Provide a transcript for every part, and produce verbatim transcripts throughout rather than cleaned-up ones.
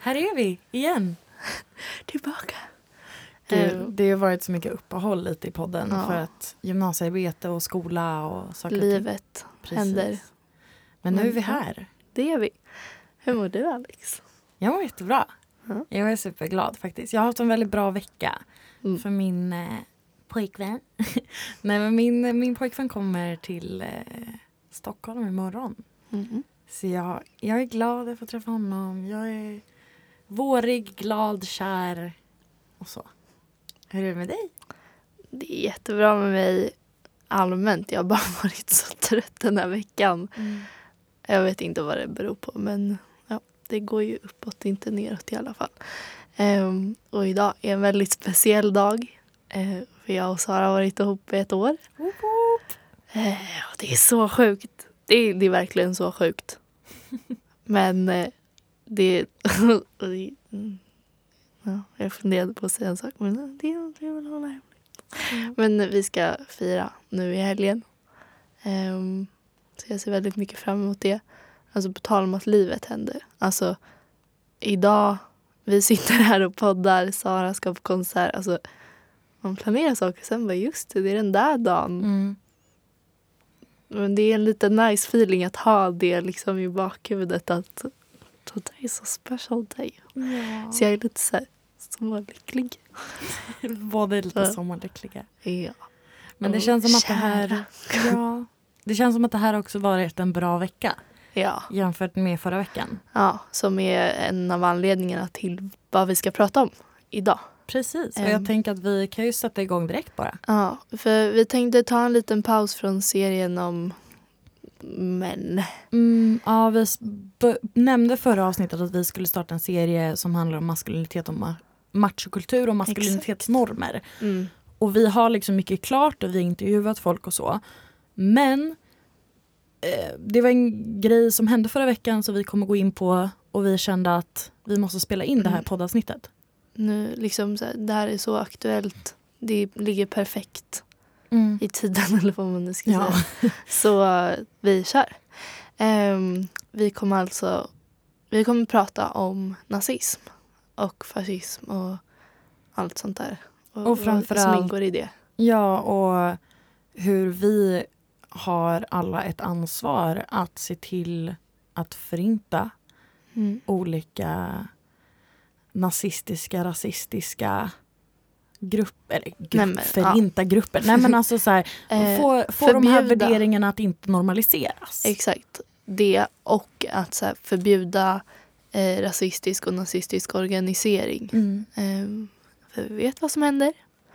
Här är vi igen. Tillbaka. Gud, det har varit så mycket uppehåll lite i podden Ja. för att gymnasiearbete och skola och saker. Livet Precis. händer. Men nu Men, är vi ja. här. Det är vi. Hur mår du, Alex? Jag mår jättebra. Ja. Jag är superglad faktiskt. Jag har haft en väldigt bra vecka Mm. för min eh, pojkvän. Nej, men min, min pojkvän kommer till eh, Stockholm imorgon. Mm. Så jag, jag är glad att få träffa honom. Jag är vårig, glad, kär och så. Hur är det med dig? Det är jättebra med mig allmänt. Jag har bara varit så trött den här veckan. Mm. Jag vet inte vad det beror på, men ja, det går ju uppåt, inte neråt i alla fall. Ehm, och idag är en väldigt speciell dag. Ehm, för jag och Sara har varit ihop i ett år. Woop woop. Ehm, och det är så sjukt. Det är, det är verkligen så sjukt. Men eh, det... mm, ja, jag funderade på att säga en sak, men det är det vill hålla hemligt. Mm. Men vi ska fira nu i helgen. Ehm, så jag ser väldigt mycket fram emot det. Alltså på tal om att livet händer. Alltså idag, vi sitter här och poddar, Sara ska på konsert. Alltså man planerar saker, sen bara just det, det är den där dagen. Mm. Men det är en liten nice feeling att ha det liksom i bakhuvudet att today is a special day. Ja. Så jag är lite så här smålycklig. Båda är lite Ja. sommarlyckliga. Ja. Men det Och känns som att det här... kära. Ja, det känns som att det här också varit en bra vecka Ja. jämfört med förra veckan. Ja, som är en av anledningarna till vad vi ska prata om idag. Precis, och Ehm. jag tänker att vi kan ju sätta igång direkt bara. Ja, för vi tänkte ta en liten paus från serien om män. Mm, ja, vi s- b- nämnde förra avsnittet att vi skulle starta en serie som handlar om maskulinitet och ma- machokultur och maskulinitetsnormer. Mm. Och vi har liksom mycket klart och vi har intervjuat folk och så. Men eh, det var en grej som hände förra veckan så vi kommer gå in på och vi kände att vi måste spela in det här Mm. poddavsnittet. Nu liksom så här, det här är så aktuellt. Det ligger perfekt Mm. i tiden eller vad man nu ska Ja. säga. Så uh, vi kör. Ehm, vi kommer alltså vi kommer prata om nazism och fascism och allt sånt där. Och, Och framförallt- vad som ingår i det. Ja, och hur vi har alla ett ansvar att se till att förinta Mm. olika nazistiska, rasistiska grupper. Eller grupp, Nej, men, förinta grupper. Nej, men alltså så här, Eh, få, få de här förbjuda. värderingarna att inte normaliseras. Exakt. Det och att så här, förbjuda eh, rasistisk och nazistisk organisering. Mm. Ehm, för vi vet vad som händer.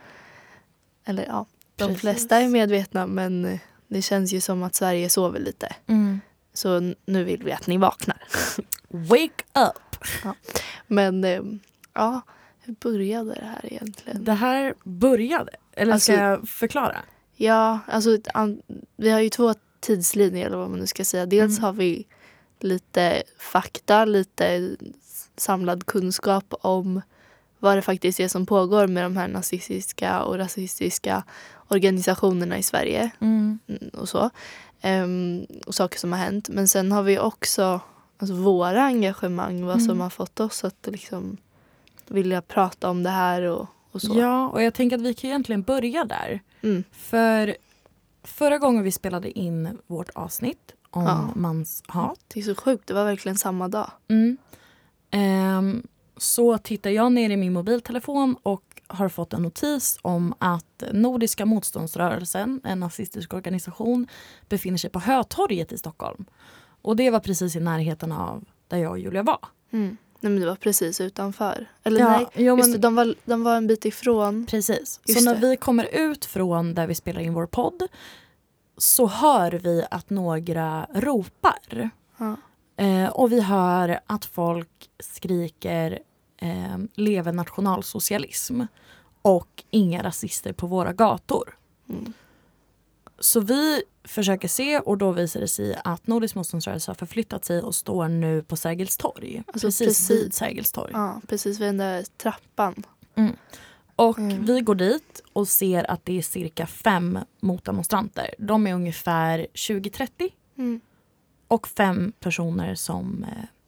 Eller ja, de Precis. flesta är medvetna, men eh, det känns ju som att Sverige sover lite. Mm. Så n- nu vill vi att ni vaknar. Wake up! Men eh, ja, hur började det här egentligen? Det här började, eller Alltså- ska jag förklara? Ja, alltså ett an- vi har ju två tidslinjer eller vad man nu ska säga. Dels Mm. har vi lite fakta, lite samlad kunskap om vad det faktiskt är som pågår med de här nazistiska och rasistiska organisationerna i Sverige Mm. mm, och så. Ehm, och saker som har hänt. Men sen har vi också alltså, våra engagemang, vad som Mm. har fått oss att liksom vilja prata om det här och, och så. Ja, och jag tänker att vi kan egentligen börja där. Mm. För förra gången vi spelade in vårt avsnitt om Ja. manshat. Det är så sjukt, det var verkligen samma dag. Mm. Ehm, så tittar jag ner i min mobiltelefon och har fått en notis om att Nordiska motståndsrörelsen, en nazistisk organisation, befinner sig på Hötorget i Stockholm. Och det var precis i närheten av där jag och Julia var. Mm. Nej, men det var precis utanför. Eller Ja, nej, jo, just men- det, de, var, de var en bit ifrån. Precis. Just Så när det. vi kommer ut från där vi spelar in vår podd så hör vi att några ropar. Ja. Eh, och vi hör att folk skriker eh, leve nationalsocialism och inga rasister på våra gator. Mm. Så vi försöker se och då visar det sig att Nordisk motståndsrörelse har förflyttat sig och står nu på Sergels torg. Alltså precis, precis- vid Sergels torg. Ja, precis vid den där trappan. Och Mm. vi går dit och ser att det är cirka fem motdemonstranter. De är ungefär tjugo trettio Mm. och fem personer som, eh,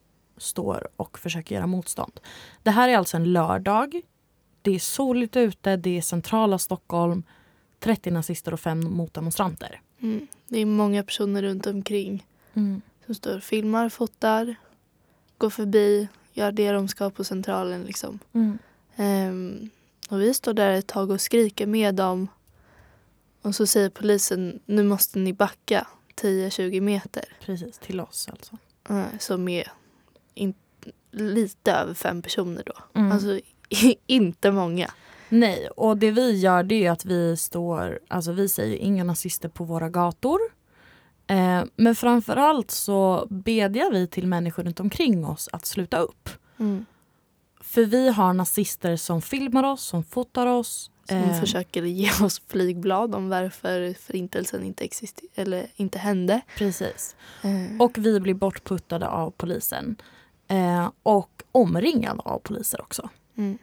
står och försöker göra motstånd. Det här är alltså en lördag. Det är soligt ute, det är centrala Stockholm. trettio nazister och fem motdemonstranter. Mm. Det är många personer runt omkring Mm. som står och filmar, fotar, går förbi, gör det de ska på centralen. Liksom. Mm. Um, och vi står där ett tag och skriker med dem. Och så säger polisen, nu måste ni backa tio till tjugo meter. Precis, till oss alltså. Uh, som är in, lite över fem personer då. Mm. Alltså inte många. Nej, och det vi gör det är att vi står, alltså vi säger inga nazister på våra gator. Eh, men framförallt så bedjar vi till människor runt omkring oss att sluta upp. Mm. För vi har nazister som filmar oss, som fotar oss. Som eh, försöker ge oss flygblad om varför förintelsen inte exister eller inte hände. Precis. Mm. Och vi blir bortputtade av polisen. Eh, och omringade av poliser också. Mm.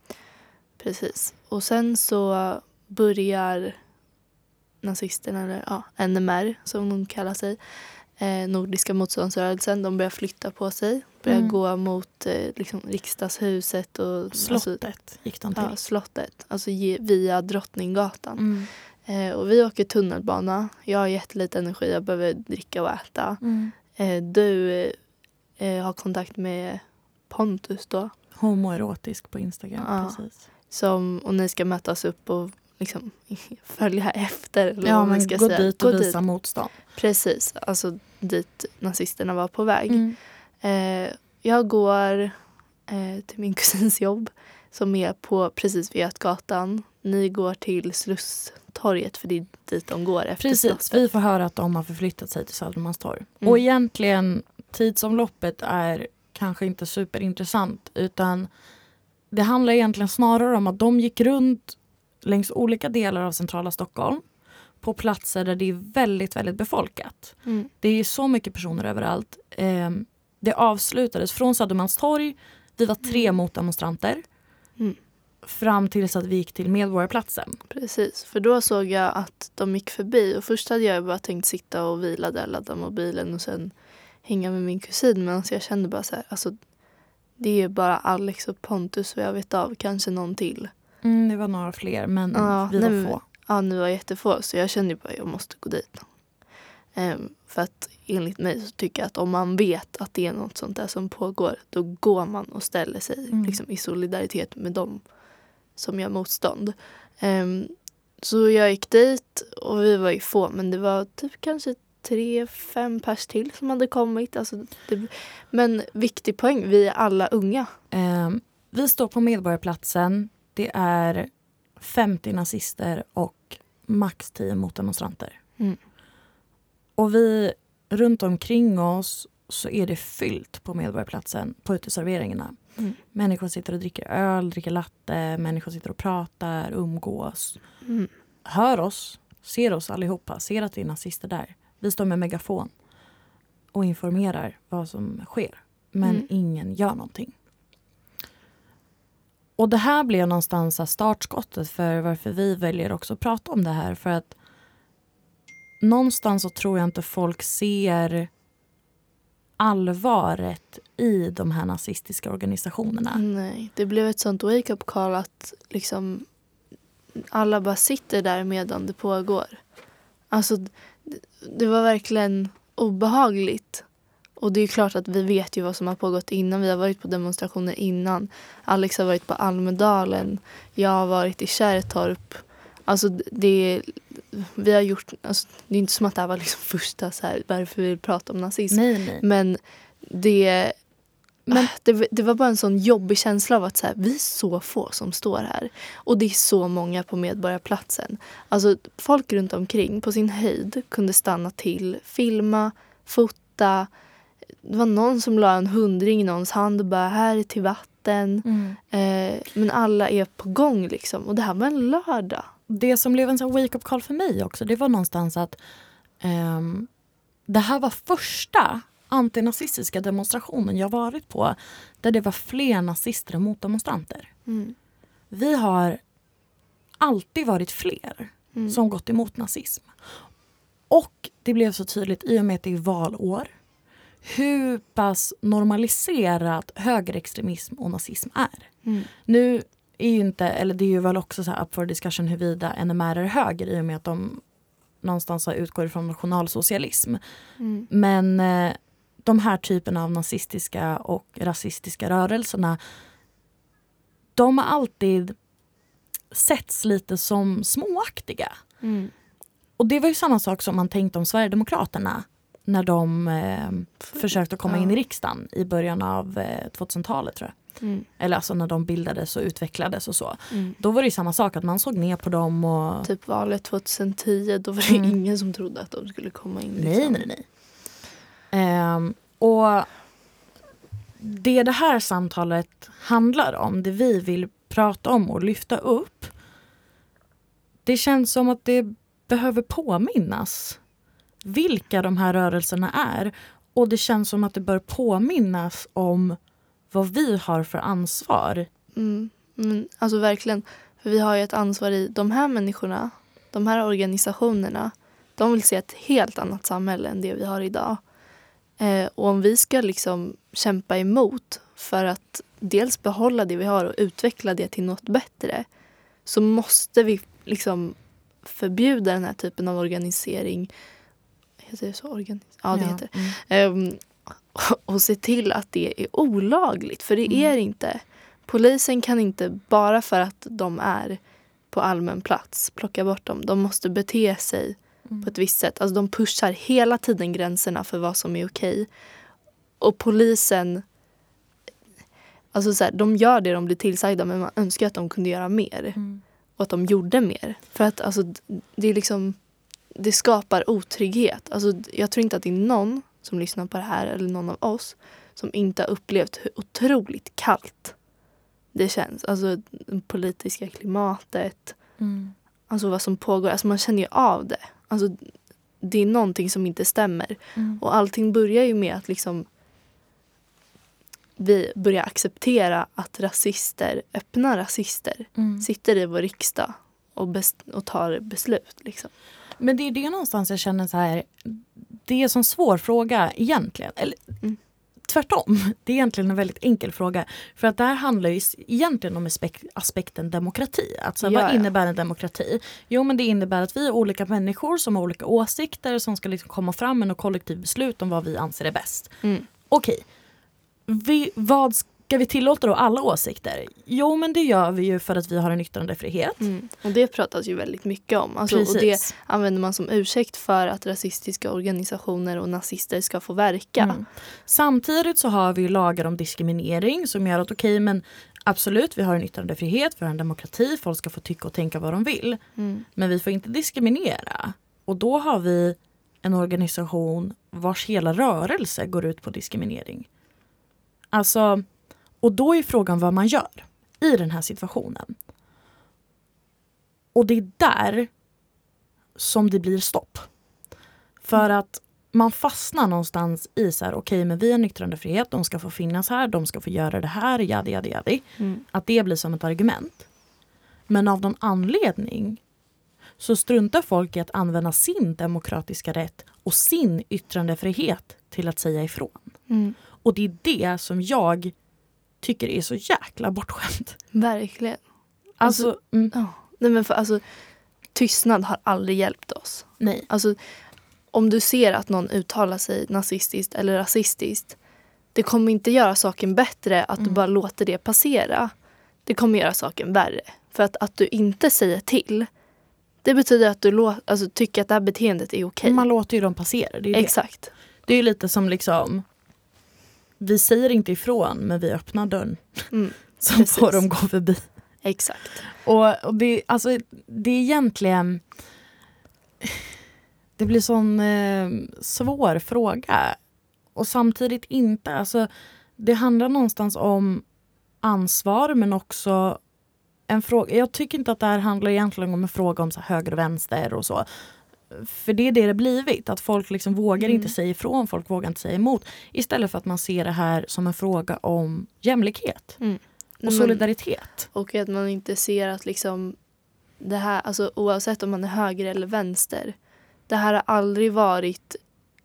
Precis. Och sen så börjar nazisterna, eller ja, N M R som de kallar sig, eh, Nordiska motståndsrörelsen, de börjar flytta på sig. Börjar Mm. gå mot eh, liksom, riksdagshuset och Slottet alltså, gick de till. ja, slottet. Alltså ge, via Drottninggatan. Mm. Eh, och vi åker tunnelbana. Jag har jättelite energi, jag behöver dricka och äta. Mm. Eh, du eh, har kontakt med Pontus då. Homoerotisk på Instagram, Ja. precis. Som, och ni ska mötas upp och liksom följa efter. Eller Ja, vad man men ska gå säga. dit och Gå visa motstånd. Precis, alltså dit nazisterna var på väg. Mm. Eh, jag går eh, till min kusins jobb som är på precis vid Götgatan. Ni går till Slusstorget för det är dit de går efter Precis, slottet. vi får höra att de har förflyttat sig till Södermalmstorg. Mm. Och egentligen, tidsomloppet är kanske inte superintressant, utan det handlar egentligen snarare om att de gick runt längs olika delar av centrala Stockholm på platser där det är väldigt, väldigt befolkat. Mm. Det är så mycket personer överallt. Eh, det avslutades från Södermalmstorg. Vi var tre Mm. motdemonstranter. Mm. Fram tills att vi gick till Medborgarplatsen. Precis, för då såg jag att de gick förbi. Och först hade jag bara tänkt sitta och vila där, ladda mobilen och sen hänga med min kusin. Men alltså jag kände bara så här, alltså det är bara Alex och Pontus och jag vet av, kanske någon till. Mm, det var några fler, men Ja, vi var nej, få. Ja, nu var jättefå. Så jag kände bara att jag måste gå dit. Um, för att enligt mig så tycker jag att om man vet att det är något sånt där som pågår, då går man och ställer sig Mm. liksom, i solidaritet med dem som gör motstånd. Um, så jag gick dit och vi var ju få, men det var typ kanske tre, fem pers till som hade kommit. Alltså, det, men viktig poäng, vi är alla unga. Eh, vi står på Medborgarplatsen. Det är femtio nazister och max tio motdemonstranter. Mm. Och vi, runt omkring oss så är det fyllt på Medborgarplatsen, på uteserveringarna. Mm. Människor sitter och dricker öl, dricker latte, människor sitter och pratar, umgås. Mm. Hör oss, ser oss allihopa, ser att det är nazister där. Vi står med megafon och informerar vad som sker. Men Mm. ingen gör någonting. Och det här blev någonstans startskottet för varför vi väljer också att prata om det här. För att någonstans så tror jag inte folk ser allvaret i de här nazistiska organisationerna. Nej, det blev ett sånt wake-up call att liksom alla bara sitter där medan det pågår. Alltså, det, det var verkligen obehagligt. Och det är klart att vi vet ju vad som har pågått innan. Vi har varit på demonstrationer innan. Alex har varit på Almedalen. Jag har varit i Kärrtorp. Alltså det vi har gjort, alltså, det är inte som att det här var liksom första så här, varför vi vill prata om nazism. Nej, nej. Men det, Men- det, det var bara en sån jobbig känsla av att så här, vi är så få som står här. Och det är så många på Medborgarplatsen. Alltså folk runt omkring på sin höjd kunde stanna till, filma, fota. Det var någon som la en hundring i någons hand och bara, här är till vatten. Mm. Eh, men alla är på gång liksom. Och det här var en lördag. Det som blev en sån wake-up call för mig också, det var någonstans att ehm, det här var första antinazistiska demonstrationen jag varit på där det var fler nazister än motdemonstranter. Mm. Vi har alltid varit fler Mm. som gått emot nazism. Och det blev så tydligt i och med att det är valår. hur pass normaliserat högerextremism och nazism är. Mm. Nu är ju inte, eller det är ju väl också så här up for discussion huruvida N M R är höger i och med att de någonstans utgår ifrån nationalsocialism. Mm. Men eh, de här typerna av nazistiska och rasistiska rörelserna, de har alltid setts lite som småaktiga. Mm. Och det var ju samma sak som man tänkte om Sverigedemokraterna när de eh, försökte komma ja. in i riksdagen i början av eh, tvåtusentalet tror jag. Mm. Eller alltså när de bildades och utvecklades och så. Mm. Då var det ju samma sak att man såg ner på dem. Och... Typ valet tjugohundratio, då var det Mm. ingen som trodde att de skulle komma in. Nej, Liksom. nej, nej. Ehm, och det det här samtalet handlar om, det vi vill prata om och lyfta upp, det känns som att det behöver påminnas vilka de här rörelserna är. Och det känns som att det bör påminnas om vad vi har för ansvar. Mm. Men, alltså verkligen, för vi har ju ett ansvar i de här människorna, de här organisationerna. De vill se ett helt annat samhälle än det vi har idag. Eh, och om vi ska liksom kämpa emot för att dels behålla det vi har och utveckla det till något bättre, så måste vi liksom förbjuda den här typen av organisering. Heter det så? Organis- ja, det Ja. heter Mm. Ehm, och se till att det är olagligt. För det Mm. är det inte. Polisen kan inte, bara för att de är på allmän plats, plocka bort dem. De måste bete sig Mm. på ett visst sätt. Alltså de pushar hela tiden gränserna för vad som är okej. Och polisen, alltså så här, de gör det de blir tillsagda, men man önskar att de kunde göra mer. Mm. Och att de gjorde mer. För att alltså, det är liksom, det skapar otrygghet. Alltså, jag tror inte att det är någon som lyssnar på det här, eller någon av oss, som inte har upplevt hur otroligt kallt det känns. Alltså det politiska klimatet, Mm. alltså vad som pågår. Alltså man känner ju av det. Alltså det är någonting som inte stämmer. Mm. Och allting börjar ju med att liksom vi börjar acceptera att rasister, öppna rasister, Mm. sitter i vår riksdag och, bes- och tar beslut. Liksom. Men det är det någonstans jag känner så här, det är en sån svår fråga egentligen. Eller Mm. tvärtom, det är egentligen en väldigt enkel fråga. För att det här handlar ju egentligen om aspek- aspekten demokrati. Alltså Ja, vad ja. innebär en demokrati? Jo, men det innebär att vi är olika människor som har olika åsikter som ska liksom komma fram med något kollektivt beslut om vad vi anser är bäst. Mm. Okej, vi, vad ska vi tillåta då? Alla åsikter? Jo, men det gör vi ju för att vi har en yttrandefrihet. Mm. Och det pratas ju väldigt mycket om. Alltså, och det Precis. använder man som ursäkt för att rasistiska organisationer och nazister ska få verka. Mm. Samtidigt så har vi ju lagar om diskriminering som gör att okej, men absolut, vi har en yttrandefrihet, vi har en demokrati, folk ska få tycka och tänka vad de vill. Mm. Men vi får inte diskriminera. Och då har vi en organisation vars hela rörelse går ut på diskriminering. Alltså, och då är frågan vad man gör i den här situationen. Och det är där som det blir stopp. För att man fastnar någonstans i så här, okej, okay, men vi har en yttrandefrihet, de ska få finnas här, de ska få göra det här, jadi, jadi, jadi. Mm. Att det blir som ett argument. Men av någon anledning så struntar folk i att använda sin demokratiska rätt och sin yttrandefrihet till att säga ifrån. Mm. Och det är det som jag tycker är så jäkla bortskämt. Verkligen. Alltså, Alltså, mm, Ja. Nej, men för, alltså, tystnad har aldrig hjälpt oss. nej. Alltså, om du ser att någon uttalar sig nazistiskt eller rasistiskt, det kommer inte göra saken bättre att du Mm. bara låter det passera. Det kommer göra saken värre. För att, att du inte säger till, det betyder att du lå- alltså, tycker att det här beteendet är okej. Man låter ju dem passera. Det är, det. Exakt. Det är lite som liksom, vi säger inte ifrån men vi öppnar dörren. Mm. Så Precis. får de gå förbi. Exakt. Och, och det, alltså, det är egentligen, det blir sån eh, svår fråga. Och samtidigt inte. Alltså, det handlar någonstans om ansvar men också en fråga. Jag tycker inte att det här handlar egentligen om en fråga om så här höger och vänster och så. För det är det det blivit. Att folk liksom vågar Mm. inte säga ifrån, folk vågar inte säga emot. Istället för att man ser det här som en fråga om jämlikhet Mm. och Men- solidaritet. Och att man inte ser att liksom det här, alltså oavsett om man är höger eller vänster, det här har aldrig varit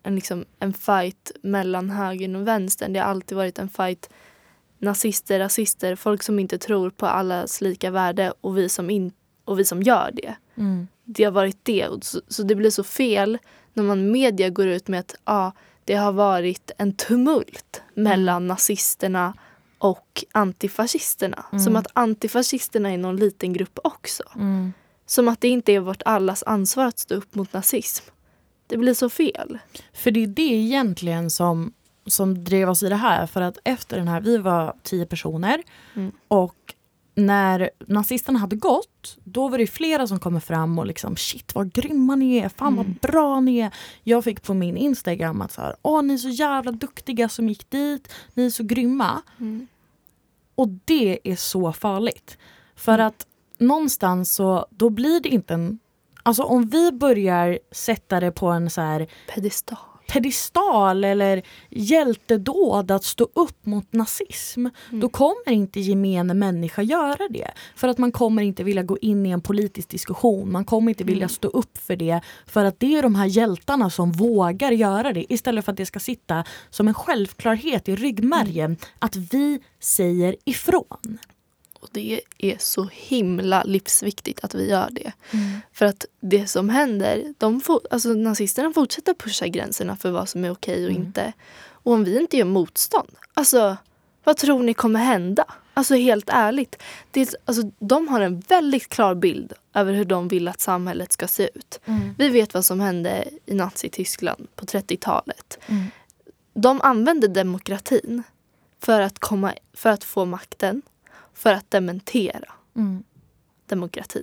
en, liksom, en fight mellan högern och vänstern. Det har alltid varit en fight nazister, rasister, folk som inte tror på allas lika värde och vi som, in, och vi som gör det. Mm. Det har varit det. Och så, så det blir så fel när man media går ut med att ah, det har varit en tumult mellan mm. nazisterna och antifascisterna. Mm. Som att antifascisterna är någon liten grupp också. Mm. Som att det inte är vårt allas ansvar att stå upp mot nazism. Det blir så fel. För det är det egentligen som, som drev oss i det här. För att efter den här, vi var tio personer. Mm. Och när nazisterna hade gått, då var det flera som kommer fram och liksom, shit vad grymma ni är, fan vad mm. bra ni är. Jag fick på min Instagram att så här, åh ni är så jävla duktiga som gick dit, ni är så grymma. Mm. Och det är så farligt. För mm. att någonstans så, då blir det inte en, alltså om vi börjar sätta det på en så här pedestal. pedestal eller hjältedåd att stå upp mot nazism, mm. då kommer inte gemene människa göra det. För att man kommer inte vilja gå in i en politisk diskussion. Man kommer inte vilja stå upp för det. För att det är de här hjältarna som vågar göra det. Istället för att det ska sitta som en självklarhet i ryggmärgen mm. att vi säger ifrån. Och det är så himla livsviktigt att vi gör det. Mm. För att det som händer, de for, alltså nazisterna fortsätter pusha gränserna för vad som är okej och mm. inte. Och om vi inte gör motstånd, alltså vad tror ni kommer hända? Alltså helt ärligt, det är, alltså, de har en väldigt klar bild över hur de vill att samhället ska se ut. Mm. Vi vet vad som hände i Nazityskland på trettiotalet. Mm. De använde demokratin för att, komma, för att få makten. För att dementera mm. demokratin.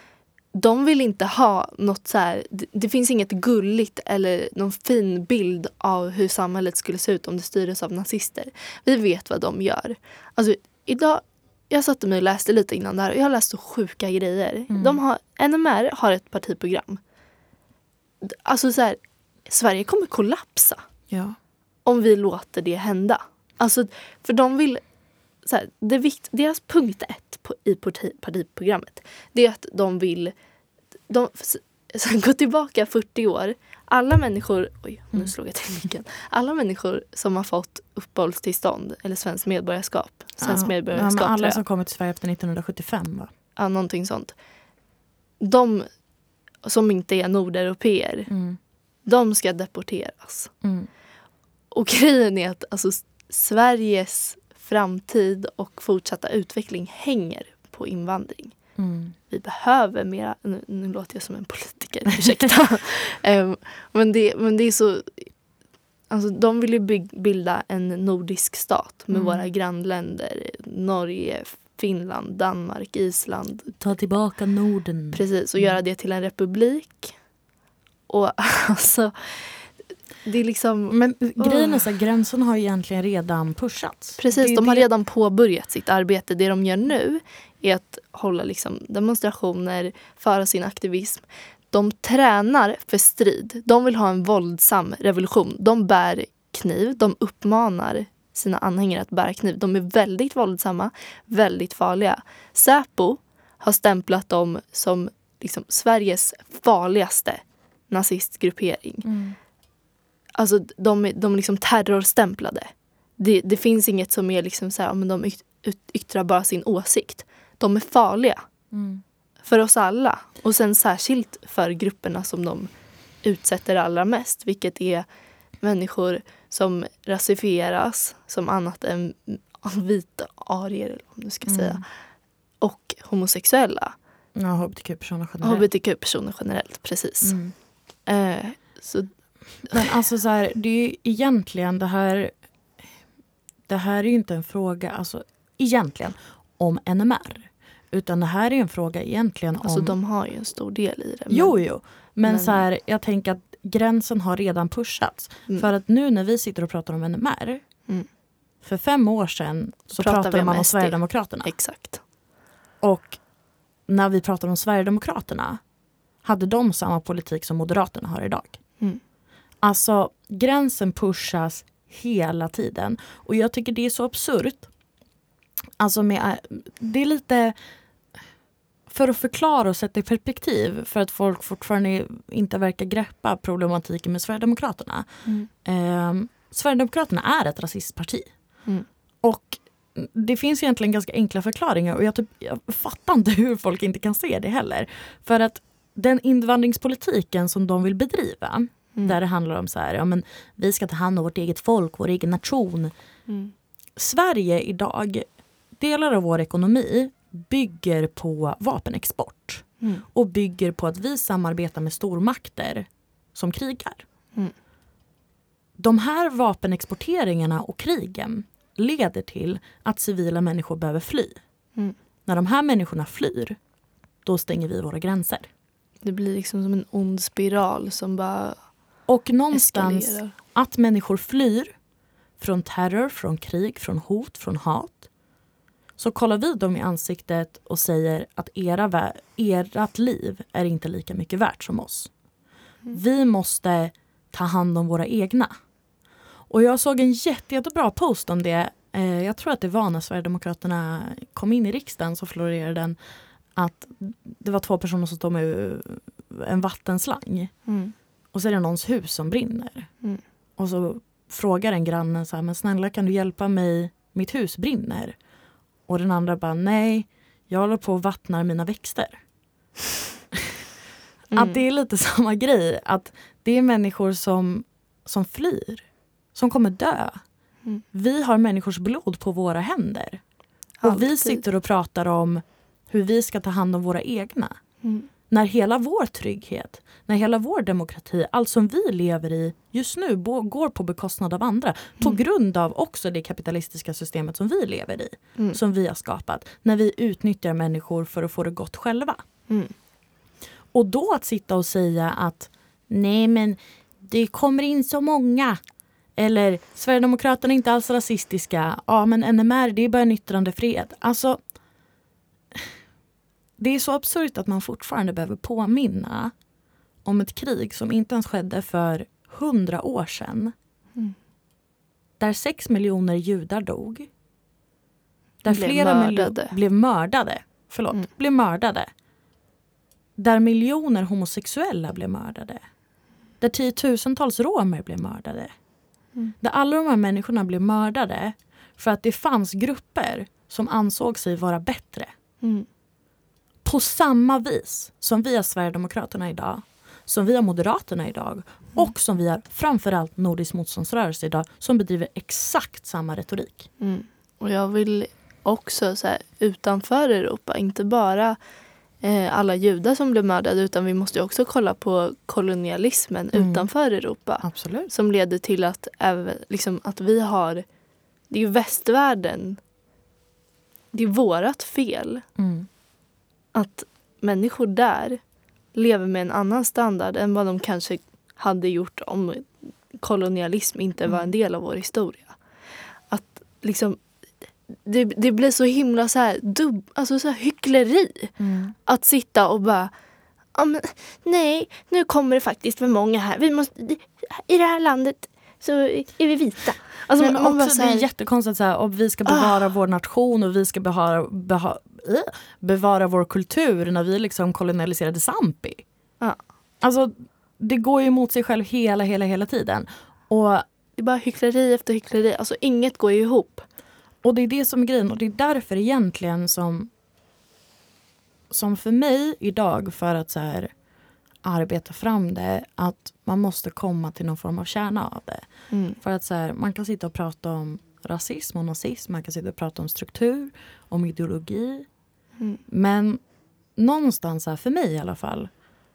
De vill inte ha något så här, det, det finns inget gulligt eller någon fin bild av hur samhället skulle se ut om det styrdes av nazister. Vi vet vad de gör. Alltså idag, jag satte mig och läste lite innan där och jag har läst så sjuka grejer. Mm. De har, N M R har ett partiprogram. Alltså så här, Sverige kommer kollapsa. Ja. Om vi låter det hända. Alltså, för de vill så här, det vikt, deras punkt ett på, i parti, partiprogrammet, det är att de vill de, så, gå tillbaka fyrtio år. Alla människor, oj nu slog jag till micken. Alla människor som har fått uppehållstillstånd eller svensk medborgarskap. Svensk ja, medborgarskap. Ja, alla som kommit till Sverige efter nittonhundrasjuttiofem va? Ja, någonting sånt. De som inte är nordeuropeer, mm. de ska deporteras. Mm. Och grejen är att alltså, Sveriges framtid och fortsatta utveckling hänger på invandring. Mm. Vi behöver mera, nu, nu låter jag som en politiker, ursäkta. um, men, det, men det är så, alltså de vill ju bygg, bilda en nordisk stat med mm. våra grannländer, Norge, Finland, Danmark, Island. Ta tillbaka Norden. Precis, och mm. göra det till en republik. Och alltså det är liksom, men grejen är så att gränsen har egentligen redan pushats. Precis, de har det... redan påbörjat sitt arbete. Det de gör nu är att hålla liksom demonstrationer, föra sin aktivism. De tränar för strid. De vill ha en våldsam revolution. De bär kniv. De uppmanar sina anhängare att bära kniv. De är väldigt våldsamma, väldigt farliga. Säpo har stämplat dem som liksom Sveriges farligaste nazistgruppering. Mm. Alltså de, de liksom terrorstämplade. Det, det finns inget som är liksom så här, men de yttrar bara sin åsikt. De är farliga. Mm. För oss alla. Och sen särskilt för grupperna som de utsätter allra mest. Vilket är människor som rasifieras som annat än vita arier, eller om du ska mm. säga. Och homosexuella. Ja, hbtq-personer generellt. hbtq-personer generellt, precis. Mm. Eh, så Men alltså så här, det är ju egentligen det här det här är ju inte en fråga alltså egentligen om N M R, utan det här är en fråga egentligen alltså, om alltså de har ju en stor del i det. Men, jo jo, men, men så här, jag tänker att gränsen har redan pushats mm. för att nu när vi sitter och pratar om N M R mm. för fem år sedan så pratar pratade man om, om Sverigedemokraterna. Exakt. Och när vi pratar om Sverigedemokraterna hade de samma politik som Moderaterna har idag. Mm. Alltså, gränsen pushas hela tiden. Och jag tycker det är så absurt. Alltså, med, det är lite... för att förklara och sätta i perspektiv, för att folk fortfarande inte verkar greppa problematiken med Sverigedemokraterna. Mm. Eh, Sverigedemokraterna är ett rasistparti. Mm. Och det finns egentligen ganska enkla förklaringar och jag, typ, jag fattar inte hur folk inte kan se det heller. För att den invandringspolitiken som de vill bedriva, mm. där det handlar om så här, ja men vi ska ta hand om vårt eget folk, vår egen nation. Mm. Sverige idag, delar av vår ekonomi bygger på vapenexport. Mm. Och bygger på att vi samarbetar med stormakter som krigar. Mm. De här vapenexporteringarna och krigen leder till att civila människor behöver fly. Mm. När de här människorna flyr, då stänger vi våra gränser. Det blir liksom som en ond spiral som bara Och någonstans eskalerar. Att människor flyr från terror, från krig, från hot, från hat. Så kollar vi dem i ansiktet och säger att era vä- ert liv är inte lika mycket värt som oss. Mm. Vi måste ta hand om våra egna. Och jag såg en jätte, jättebra post om det. Eh, jag tror att det var när Sverigedemokraterna kom in i riksdagen så florerade den att det var två personer som stod med en vattenslang. Mm. Och så är det någons hus som brinner. Mm. Och så frågar en granne så här, men snälla kan du hjälpa mig, mitt hus brinner. Och den andra bara, nej, jag håller på att vattna mina växter. Mm. Att det är lite samma grej, att det är människor som, som flyr, som kommer dö. Mm. Vi har människors blod på våra händer. Och Alltid. vi sitter och pratar om hur vi ska ta hand om våra egna. Mm. När hela vår trygghet, när hela vår demokrati, allt som vi lever i just nu bo- går på bekostnad av andra. Mm. På grund av också det kapitalistiska systemet som vi lever i. Mm. Som vi har skapat. När vi utnyttjar människor för att få det gott själva. Mm. Och då att sitta och säga att nej men det kommer in så många. Eller Sverigedemokraterna är inte alls rasistiska. Ja men N M R det är bara en yttrandefrihet. Alltså det är så absurt att man fortfarande behöver påminna om ett krig som inte ens skedde för hundra år sedan. Mm. Där sex miljoner judar dog. Där blev flera mördade. Miljo- blev mördade. Förlåt, mm. blev mördade. Där miljoner homosexuella blev mördade. Där tiotusentals romer blev mördade. Mm. Där alla de här människorna blev mördade för att det fanns grupper som ansåg sig vara bättre. Mm. På samma vis som vi har Sverigedemokraterna idag, som vi har Moderaterna idag mm. och som vi har framförallt Nordisk motståndsrörelse idag som bedriver exakt samma retorik. Mm. Och jag vill också så här, utanför Europa, inte bara eh, alla judar som blev mördade utan vi måste också kolla på kolonialismen mm. utanför Europa. Absolut. Som leder till att, även, liksom, att vi har, det är ju västvärlden, det är vårat fel. Mm. Att människor där lever med en annan standard än vad de kanske hade gjort om kolonialism inte var en del av vår historia. Att liksom det, det blir så himla så här dubb, alltså så här hyckleri mm. att sitta och bara ja, men, nej, nu kommer det faktiskt för många här. Vi måste, i det här landet så är vi vita. Alltså, men man, man också bara, det är jättekonstigt så här, och vi ska bevara ah. vår nation och vi ska bevara, beha, bevara vår kultur när vi liksom kolonialiserade Zampi. Ah. Alltså det går ju emot sig själv hela, hela, hela tiden. Och det är bara hyckleri efter hyckleri. Alltså inget går ju ihop. Och det är det som är grejen och det är därför egentligen som som för mig idag för att så här arbeta fram det att man måste komma till någon form av kärna av det. Mm. För att så här, man kan sitta och prata om rasism och nazism, man kan sitta och prata om struktur, om ideologi. Mm. Men någonstans här, för mig i alla fall,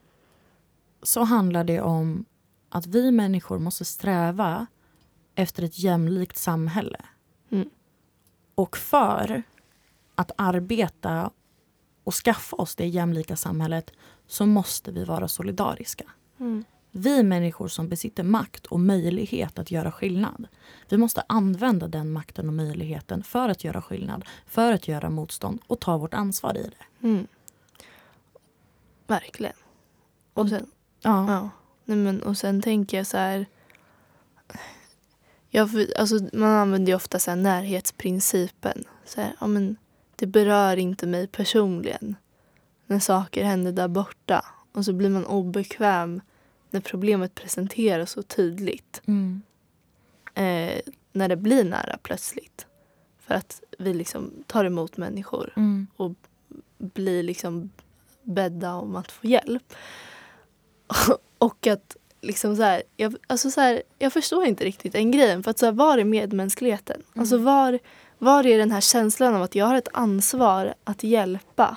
så handlar det om att vi människor måste sträva efter ett jämlikt samhälle. Mm. Och för att arbeta och skaffa oss det jämlika samhället så måste vi vara solidariska. Mm. Vi människor som besitter makt och möjlighet att göra skillnad. Vi måste använda den makten och möjligheten för att göra skillnad. För att göra motstånd och ta vårt ansvar i det. Mm. Verkligen. Och sen, ja. Ja, nej men, och sen tänker jag så här. Jag, alltså, man använder ju ofta så här närhetsprincipen. Så här, ja, men, det berör inte mig personligen. när saker händer där borta. Och så blir man obekväm när problemet presenteras så tydligt. Mm. Eh, när det blir nära plötsligt. För att vi liksom tar emot människor Mm. och blir liksom bädda om att få hjälp. Och att liksom så här, jag, alltså så här, jag förstår inte riktigt en grej. För att så här, var är medmänskligheten? Mm. Alltså var, var är den här känslan av att jag har ett ansvar att hjälpa?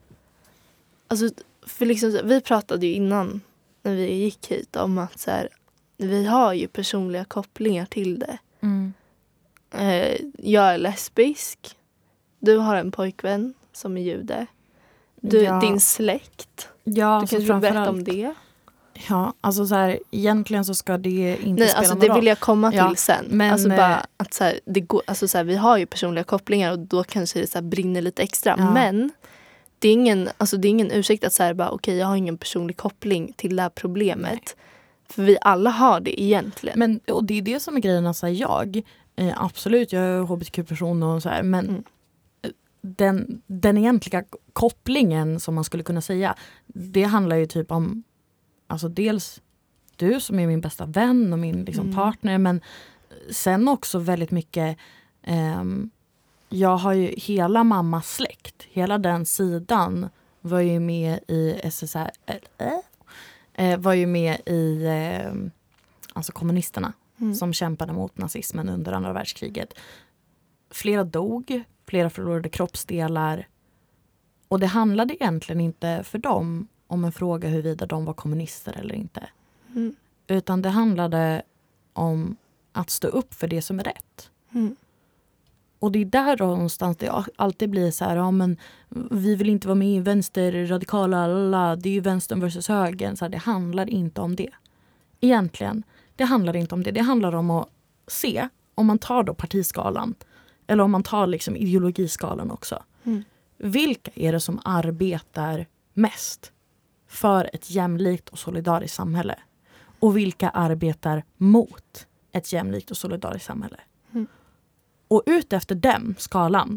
Alltså, för liksom, vi pratade ju innan när vi gick hit om att så här, vi har ju personliga kopplingar till det. Mm. Eh, jag är lesbisk. Du har en pojkvän som är jude. Du, Ja. Din släkt. Ja, Du så kanske vill berätta framförallt- om det? Ja, alltså så här, egentligen så ska det inte Nej, spela alltså någon det roll. vill jag komma till Ja, sen. men, alltså eh, bara att så här, det går, alltså så här, vi har ju personliga kopplingar och då kanske det så här brinner lite extra. Ja. Men det är ingen, alltså det är ingen ursäkt att säga bara okej, jag har ingen personlig koppling till det här problemet. Nej. För vi alla har det egentligen. Men, och det är det som är grejen, alltså jag, eh, absolut, jag är H B T Q-person och så här, men Mm. den, den egentliga kopplingen som man skulle kunna säga, det handlar ju typ om, alltså dels du som är min bästa vän och min liksom, Mm. partner, men sen också väldigt mycket, ehm, jag har ju hela mammas släkt, hela den sidan var ju med i S S R, eh, var ju med i eh, alltså kommunisterna Mm. som kämpade mot nazismen under andra världskriget. Flera dog, flera förlorade kroppsdelar. Och det handlade egentligen inte för dem om en fråga huruvida de var kommunister eller inte. Mm. Utan det handlade om att stå upp för det som är rätt. Mm. Och det är där då någonstans det alltid blir så här, ja men vi vill inte vara med i vänster, radikala, alla, det är ju vänstern versus högern. Så här, det handlar inte om det. Egentligen, det handlar inte om det. Det handlar om att se, om man tar då partiskalan, eller om man tar liksom ideologiskalan också. Mm. Vilka är det som arbetar mest för ett jämlikt och solidariskt samhälle? Och vilka arbetar mot ett jämlikt och solidariskt samhälle? Mm. Och ut efter den skalan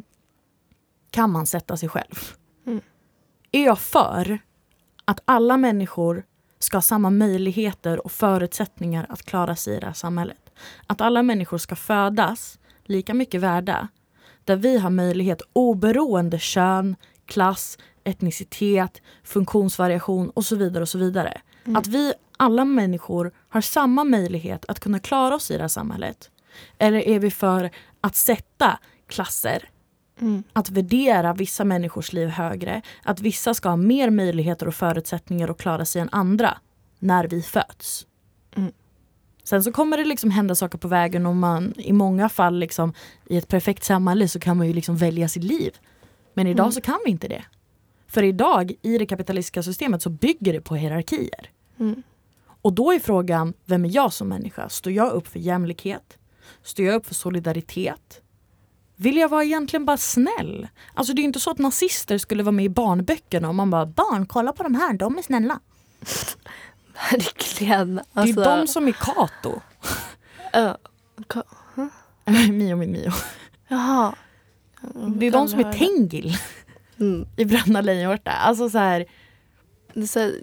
kan man sätta sig själv. Mm. Är jag för att alla människor ska ha samma möjligheter och förutsättningar att klara sig i det här samhället? Att alla människor ska födas lika mycket värda, där vi har möjlighet oberoende kön, klass, etnicitet, funktionsvariation och så vidare och så vidare. Mm. Att vi alla människor har samma möjlighet att kunna klara oss i det här samhället. Eller är vi för att sätta klasser, Mm. att värdera vissa människors liv högre, att vissa ska ha mer möjligheter och förutsättningar att klara sig än andra när vi föds. Mm. Sen så kommer det liksom hända saker på vägen, och man i många fall liksom, i ett perfekt samhälle så kan man ju liksom välja sitt liv. Men idag Mm. så kan vi inte det. För idag i det kapitalistiska systemet så bygger det på hierarkier. Mm. Och då är frågan, vem är jag som människa? Står jag upp för jämlikhet? Står jag upp för solidaritet? Vill jag vara egentligen bara snäll? Alltså det är inte så att nazister skulle vara med i barnböckerna och man bara, barn, kolla på de här, de är snälla. Verkligen. Det Alltså, är de som är Kato. ja. Ka- Mio min Mio. Jaha. Det är de som är Tengil Mm. i Bröderna Lejonhjärta. Alltså så här, Det är så, här,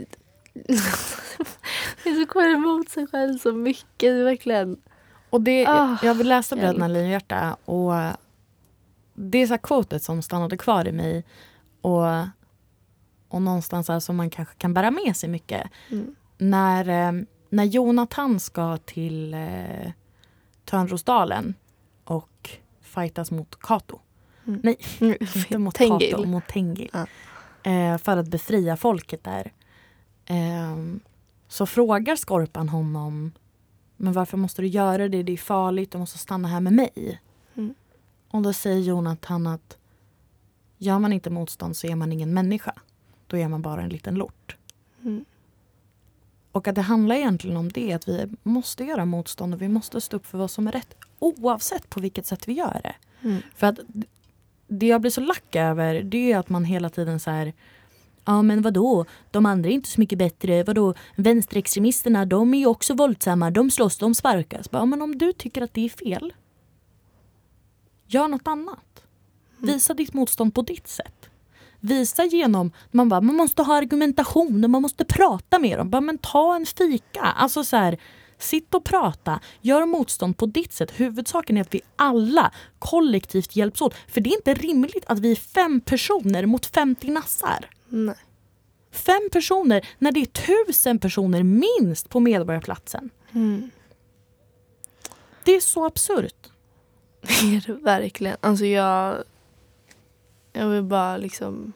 det är så går emot sig själv så mycket. Det är verkligen. och det, Ah, jag vill läsa hjälp. Bröderna Lejonhjärta, och det är så här quotet som stannade kvar i mig, och, och någonstans här som man kanske kan bära med sig mycket. Mm. När, eh, när Jonathan ska till eh, Törnrosdalen och fightas mot Kato. Mm. Nej, inte mot Tengil. Kato, mot Tengil. Ja. Eh, för att befria folket där. Eh, så frågar Skorpan honom, men varför måste du göra det? Det är farligt, du måste stanna här med mig. Mm. Och då säger Jonathan att gör man inte motstånd så är man ingen människa. Då är man bara en liten lort. Mm. Och att det handlar egentligen om det, att vi måste göra motstånd och vi måste stå upp för vad som är rätt, oavsett på vilket sätt vi gör det. Mm. För att det jag blir så lack över, det är att man hela tiden så här, ja men vadå, de andra är inte så mycket bättre, vadå, vänsterextremisterna, de är ju också våldsamma, de slåss, de sparkas. Ja men om du tycker att det är fel, gör något annat. Visa ditt motstånd på ditt sätt. visa genom, man bara, man måste ha argumentation och man måste prata med dem. Bara, men ta en fika. Alltså så här, sitt och prata. Gör motstånd på ditt sätt. Huvudsaken är att vi alla kollektivt hjälps åt. För det är inte rimligt att vi är fem personer mot femtio nassar. Nej. Fem personer när det är tusen personer minst på Medborgarplatsen. Mm. Det är så absurt. Det är det verkligen. Alltså jag... Jag vill bara liksom...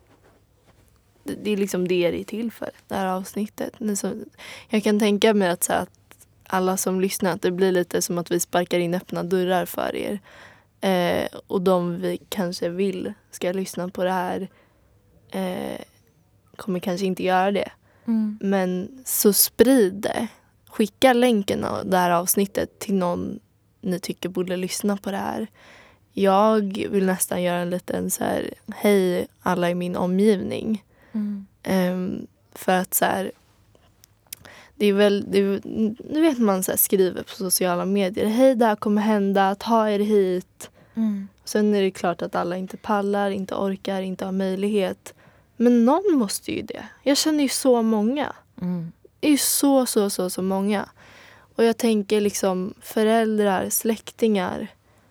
Det, det är liksom det det är till för, det här avsnittet. Ni som, jag kan tänka mig att, så här, att alla som lyssnar, att det blir lite som att vi sparkar in öppna dörrar för er. Eh, och de vi kanske vill ska lyssna på det här eh, kommer kanske inte göra det. Mm. Men så sprid det. Skicka länken av det här avsnittet till någon ni tycker borde lyssna på det här. Jag vill nästan göra en liten så här, hej alla i min omgivning. Mm. Um, för att så här, det är väl, det är, nu vet man så här, skriver på sociala medier, hej det här kommer hända, ta er hit. Mm. Sen är det klart att alla inte pallar, inte orkar, inte har möjlighet. Men någon måste ju det. Jag känner ju så många. Mm. Det är ju så, så, så, så många. Och jag tänker liksom föräldrar, släktingar.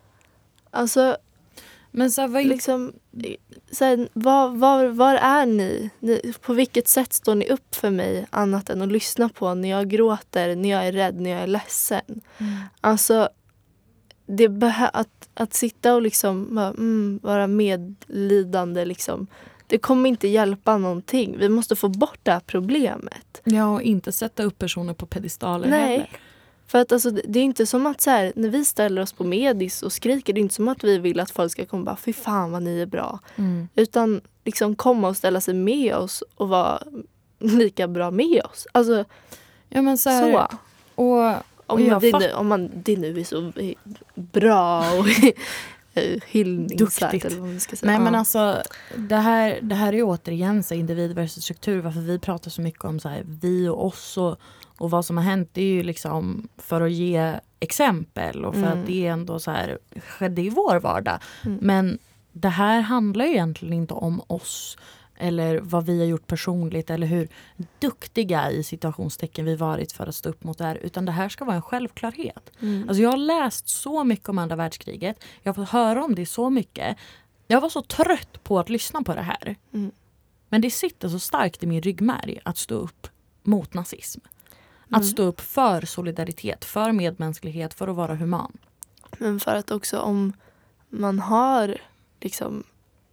Alltså, men så här, vad, liksom, så här, var, var, var är ni? ni? På vilket sätt står ni upp för mig annat än att lyssna på när jag gråter, när jag är rädd, när jag är ledsen? mm. Alltså, det behö- att, att sitta och liksom bara, mm, vara medlidande liksom. Det kommer inte hjälpa någonting. Vi måste få bort det här problemet. Ja, och inte sätta upp personer på pedestaler Nej. heller. För att alltså, det är inte som att så här, när vi ställer oss på medis och skriker, det är inte som att vi vill att folk ska komma och bara, fy fan vad ni är bra. Mm. Utan liksom komma och ställa sig med oss och vara lika bra med oss. Alltså, Ja, men så. Här, så. Och, och Om, jag det, fatt- nu, om man det nu är så bra och hyllningsvärt Duktigt. eller vad man ska säga. Nej, men Ja. alltså, det här, det här är ju återigen så individ versus struktur. Varför vi pratar så mycket om så här, vi och oss och, och vad som har hänt. Det är ju liksom för att ge exempel och för Mm. att det är ändå så här, skedde i vår vardag. Mm. Men det här handlar ju egentligen inte om oss eller vad vi har gjort personligt eller hur duktiga i situationstecken vi varit för att stå upp mot det här. Utan det här ska vara en självklarhet. Mm. Alltså jag har läst så mycket om andra världskriget. Jag har fått höra om det så mycket. Jag var så trött på att lyssna på det här. Mm. Men det sitter så starkt i min ryggmärg att stå upp mot nazism. Att Mm. stå upp för solidaritet, för medmänsklighet, för att vara human. Men för att också om man har liksom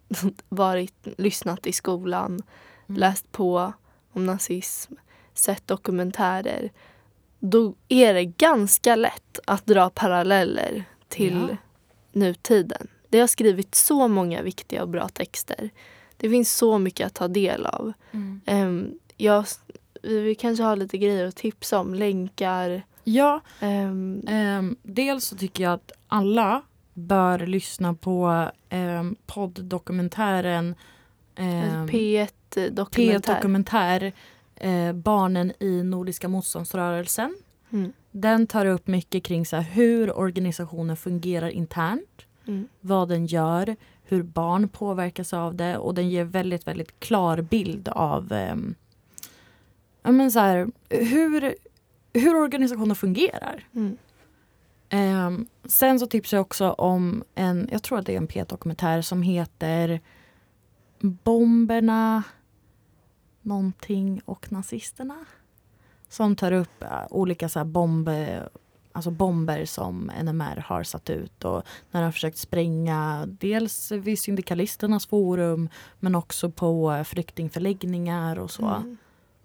varit, lyssnat i skolan, Mm. läst på om nazism, sett dokumentärer, då är det ganska lätt att dra paralleller till Ja. nutiden. Det har skrivit så många viktiga och bra texter. Det finns så mycket att ta del av. Mm. Um, jag, vi, vi kanske har lite grejer att tipsa om, länkar. Ja, Um, ehm, dels så tycker jag att alla bör lyssna på ehm, podd-dokumentären ehm, P ett P dokumentär. ett-dokumentär eh, Barnen i Nordiska motståndsrörelsen. Mm. Den tar upp mycket kring så här, hur organisationen fungerar internt. Mm. Vad den gör, hur barn påverkas av det. Och den ger väldigt, väldigt klar bild av ehm, ja, men så här, hur, hur organisationen fungerar. Mm. Ehm, sen så tipsar jag också om en, jag tror att det är en P ett-dokumentär som heter Bomberna någonting och nazisterna. Som tar upp uh, olika så här bomber, alltså bomber som N M R har satt ut och när de har försökt spränga dels vid syndikalisternas forum men också på uh, flyktingförläggningar och så. Mm.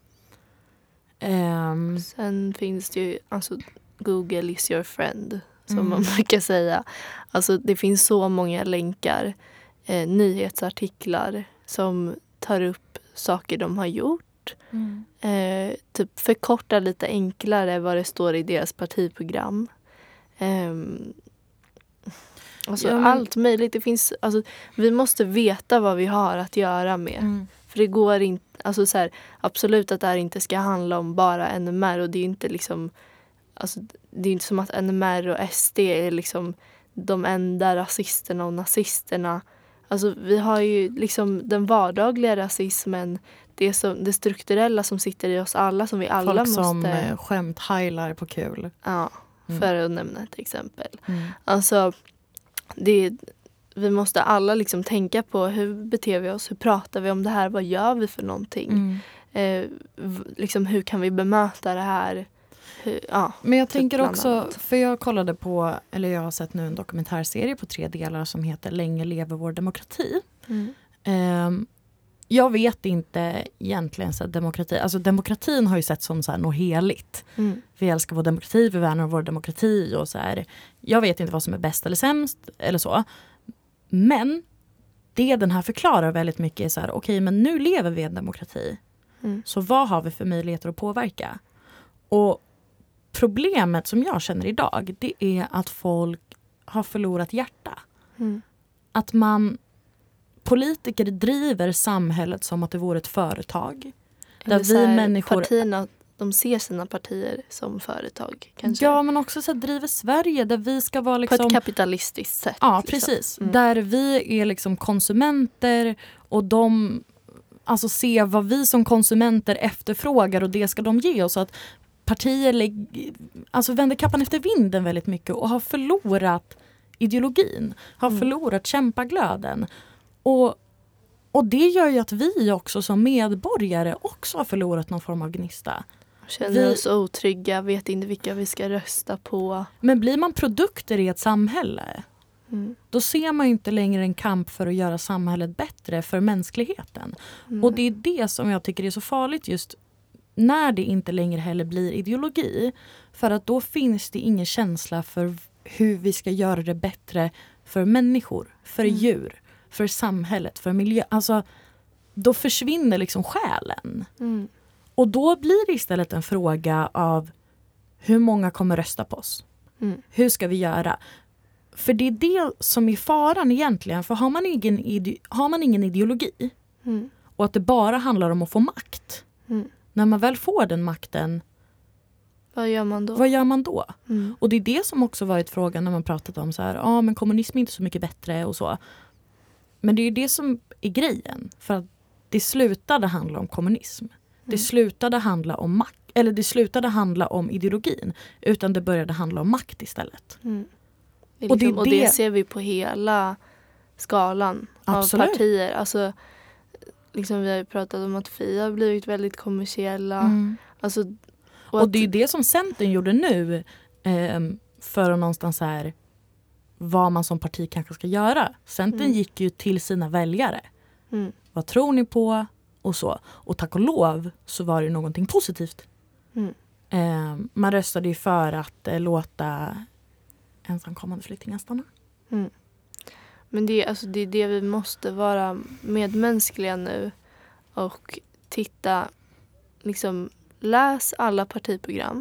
Ehm, Sen finns det ju, alltså Google is your friend, som Mm. man brukar säga. Alltså det finns så många länkar, eh, nyhetsartiklar som tar upp saker de har gjort. mm. Eh, typ förkorta lite enklare vad det står i deras partiprogram. Eh, alltså Ja, men- allt möjligt. Det finns, alltså, vi måste veta vad vi har att göra med. Mm. För det går inte, alltså så här, absolut att det här inte ska handla om bara N M R och det är ju inte liksom, alltså det är inte som att N M R och S D är liksom de enda rasisterna och nazisterna. Alltså vi har ju liksom den vardagliga rasismen, det, som, det strukturella som sitter i oss alla som vi alla Folk måste... som eh, skämt heilar på kul. Ja, Mm. för att nämna ett exempel. Mm. Alltså, det, vi måste alla liksom tänka på hur beter vi oss, hur pratar vi om det här, vad gör vi för någonting? Mm. Eh, v- liksom hur kan vi bemöta det här? Hur, ja, Men jag typ tänker bland också, annat. för jag kollade på, eller jag har sett nu en dokumentärserie på tre delar som heter Länge lever vår demokrati. Mm. Um, jag vet inte egentligen så att demokrati, alltså demokratin har ju sett som så här något heligt. Mm. Vi älskar vår demokrati, vi värnar vår demokrati och så här. Jag vet inte vad som är bäst eller sämst eller så. Men det den här förklarar väldigt mycket är så här, okej okay, men nu lever vi i en demokrati. Mm. Så vad har vi för möjligheter att påverka? Och problemet som jag känner idag, det är att folk har förlorat hjärta. Mm. Att man, politiker driver samhället som att det vore ett företag. Där Eller vi så här, människor... Partierna, de ser sina partier som företag. Kanske. Ja, men också så här, driver Sverige där vi ska vara På liksom... ett kapitalistiskt sätt. Ja, liksom. precis. Mm. Där vi är liksom konsumenter och de alltså ser vad vi som konsumenter efterfrågar och det ska de ge oss. Så att partier lägg, alltså vänder kappan efter vinden väldigt mycket och har förlorat ideologin. Har Mm. förlorat kämpaglöden. Och, och det gör ju att vi också som medborgare också har förlorat någon form av gnista. Känner Vi- oss otrygga, vet inte vilka vi ska rösta på. Men blir man produkter i ett samhälle, Mm. då ser man ju inte längre en kamp för att göra samhället bättre för mänskligheten. Mm. Och det är det som jag tycker är så farligt just när det inte längre heller blir ideologi. För att då finns det ingen känsla för hur vi ska göra det bättre för människor, för Mm. djur, för samhället, för miljö. Alltså, då försvinner liksom själen. Mm. Och då blir det istället en fråga av hur många kommer rösta på oss? Mm. Hur ska vi göra? För det är det som är faran egentligen. För har man ingen, ide- har man ingen ideologi Mm. och att det bara handlar om att få makt. Mm. När man väl får den makten, Vad gör man då? vad gör man då? Mm. Och det är det som också varit frågan när man pratat om så här, ja ah, men kommunism är inte så mycket bättre och så. Men det är ju det som är grejen. För att det slutade handla om kommunism. Det Mm. slutade handla om makt. Eller det slutade handla om ideologin. Utan det började handla om makt istället. Mm. Det är Och det är liksom, och det det- ser vi på hela skalan Absolut. av partier. Alltså, liksom vi har ju pratat om att F I A har blivit väldigt kommersiella. Mm. Alltså, och Och att, det är det som Centern gjorde nu ehm, för att någonstans här vad man som parti kanske ska göra. Centern Mm. gick ju till sina väljare. mm, Vad tror ni på? Och så. Och tack och lov så var det någonting positivt. mm, Ehm, man röstade ju för att eh, låta ensamkommande flyktingar stanna. mm. Men det, är- alltså, det är det vi måste vara medmänskliga nu. Och titta, liksom läs alla partiprogram.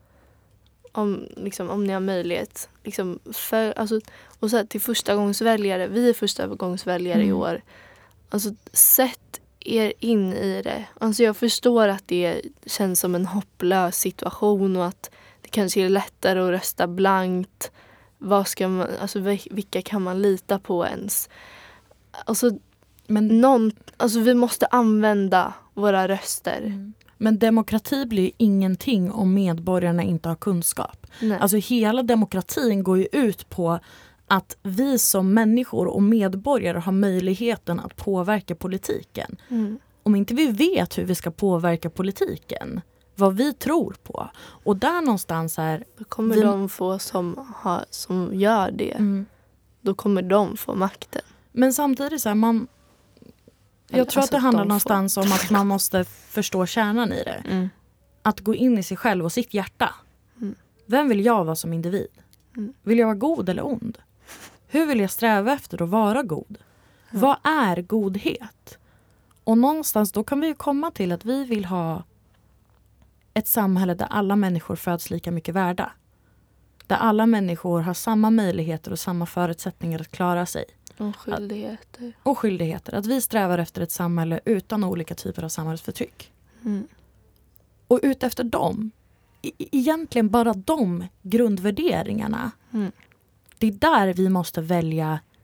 Om, liksom, om ni har möjlighet. Liksom, för, alltså, och så här, till första gångsväljare, vi är första gångsväljare i Mm. år. Alltså sätt er in i det. Alltså jag förstår att det känns som en hopplös situation och att det kanske är lättare att rösta blankt. Vad ska man, alltså vil- vilka kan man lita på ens? Alltså, Men, någon, alltså vi måste använda våra röster. mm. men demokrati blir ju ingenting om medborgarna inte har kunskap. Nej. Alltså hela demokratin går ju ut på att vi som människor och medborgare har möjligheten att påverka politiken. mm. Om inte vi vet hur vi ska påverka politiken, vad vi tror på. Och där någonstans är... Då kommer vi- de få som, har, som gör det. Mm. Då kommer de få makten. Men samtidigt så här, man... Eller, Jag tror alltså, att det handlar de får. någonstans om att man måste förstå kärnan i det. Mm. Att gå in i sig själv och sitt hjärta. Mm. Vem vill jag vara som individ? Mm. Vill jag vara god eller ond? Hur vill jag sträva efter att vara god? Mm. Vad är godhet? Och någonstans då kan vi ju komma till att vi vill ha ett samhälle där alla människor föds lika mycket värda. Där alla människor har samma möjligheter och samma förutsättningar att klara sig. Och skyldigheter. Och skyldigheter. Att vi strävar efter ett samhälle utan olika typer av samhällsförtryck. Mm. Och utefter dem, e- egentligen bara de grundvärderingarna, Mm. det är där vi måste välja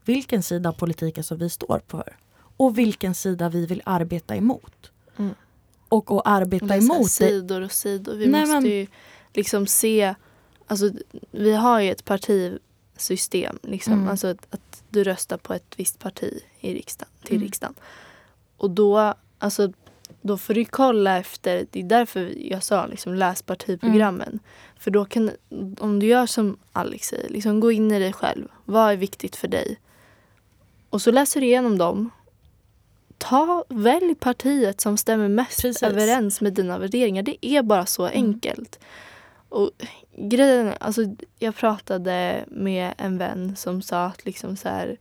vilken sida av politiken som vi står på och vilken sida vi vill arbeta emot. Mm. Och att arbeta det är emot sidor och sidor. Vi Nej, måste men... ju liksom se, alltså vi har ju ett partisystem liksom, Mm. alltså att, att du röstar på ett visst parti i riksdagen, till Mm. riksdagen. Och då, alltså då får du kolla efter, det är därför jag sa liksom läs partiprogrammen. Mm. För då kan, om du gör som Alex säger, liksom gå in i dig själv. Vad är viktigt för dig? Och så läser du igenom dem. Ta, välj partiet som stämmer mest Precis. överens med dina värderingar. Det är bara så mm. enkelt. Och grejen, alltså jag pratade med en vän som sa att liksom så här,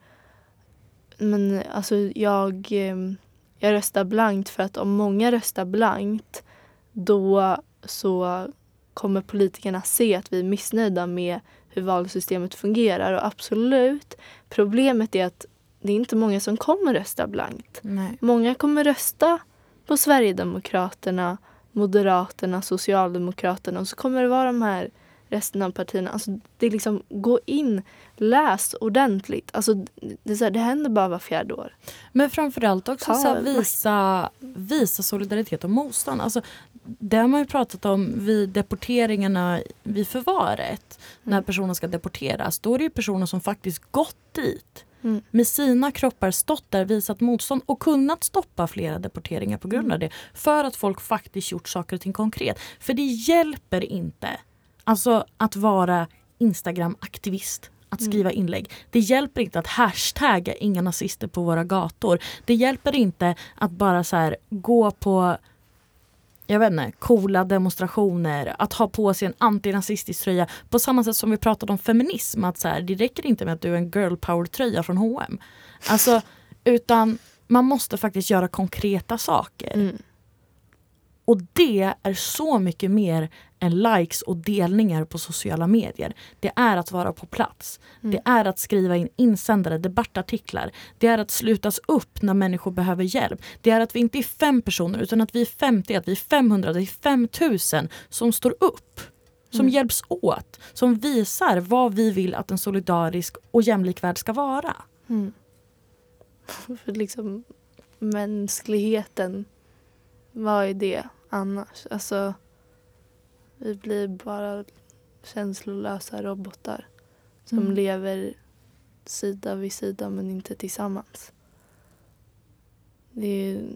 men alltså jag, jag röstar blankt för att om många röstar blankt då så kommer politikerna se att vi är missnöjda med hur valsystemet fungerar. Och absolut, problemet är att det är inte många som kommer rösta blankt. Nej. Många kommer rösta på Sverigedemokraterna, Moderaterna, Socialdemokraterna och så kommer det vara de här resten av partierna. Alltså det är liksom, gå in, läs ordentligt. Alltså det, är så här, det händer bara var fjärde år. Men framförallt också så här, visa, visa solidaritet och motstånd. Alltså, det har man ju pratat om vid deporteringarna vid förvaret. Mm. När personer ska deporteras. Då är det ju personer som faktiskt gått dit. Mm. Med sina kroppar stått där, visat motstånd och kunnat stoppa flera deporteringar på grund av det. För att folk faktiskt gjort saker och ting konkret. För det hjälper inte alltså att vara Instagram-aktivist, att skriva mm. inlägg. Det hjälper inte att hashtagga inga nazister på våra gator. Det hjälper inte att bara så här gå på jag vet inte, coola demonstrationer, att ha på sig en antinazistisk tröja. På samma sätt som vi pratade om feminism, att så här, det räcker inte med att du är en girl power-tröja från H och M. Alltså, utan man måste faktiskt göra konkreta saker. Mm. Och det är så mycket mer än likes och delningar på sociala medier. Det är att vara på plats. Mm. Det är att skriva in insändare, debattartiklar. Det är att slutas upp när människor behöver hjälp. Det är att vi inte är fem personer utan att vi är femtio, att vi är femhundra, att vi är femtusen som står upp. Som mm. hjälps åt. Som visar vad vi vill att en solidarisk och jämlik värld ska vara. Mm. För liksom mänskligheten, vad är det annars? Alltså, vi blir bara känslolösa robotar som mm. lever sida vid sida men inte tillsammans. Det är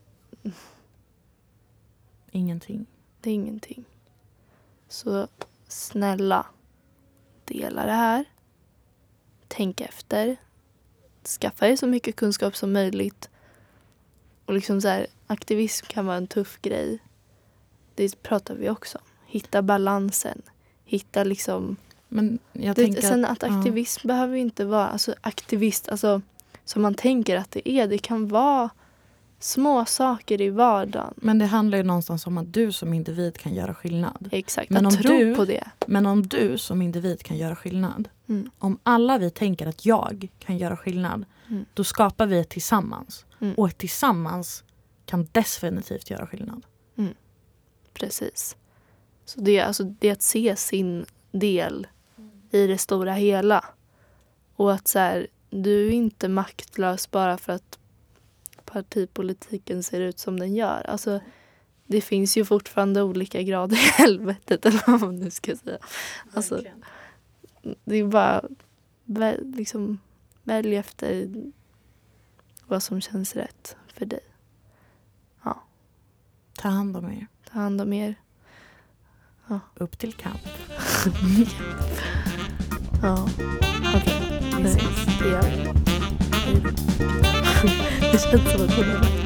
ingenting. Det är ingenting. Så snälla, dela det här. Tänk efter. Skaffa er så mycket kunskap som möjligt. Och liksom så här, aktivism kan vara en tuff grej. Det pratar vi också om. Hitta balansen. Hitta liksom... Men jag det, tänker sen att, att aktivism ja. behöver inte vara... Alltså aktivist, alltså som man tänker att det är. Det kan vara små saker i vardagen. Men det handlar ju någonstans om att du som individ kan göra skillnad. Exakt, men att om tro du, på det. Men om du som individ kan göra skillnad. Mm. Om alla vi tänker att jag kan göra skillnad. Mm. Då skapar vi ett tillsammans. Mm. Och ett tillsammans kan definitivt göra skillnad. Mm. Precis. Så det är, alltså, det är att se sin del i det stora hela. Och att så här, du är inte maktlös bara för att partipolitiken ser ut som den gör. Alltså, det finns ju fortfarande olika grader i helvetet, eller vad man nu ska säga. Alltså, det är bara väl, liksom, välj efter vad som känns rätt för dig. Ja. Ta hand om er. Ta hand om er. Ja. Upp till kamp. Ja, okej. Okay. Vi ses. Det gör vi. Det känns som att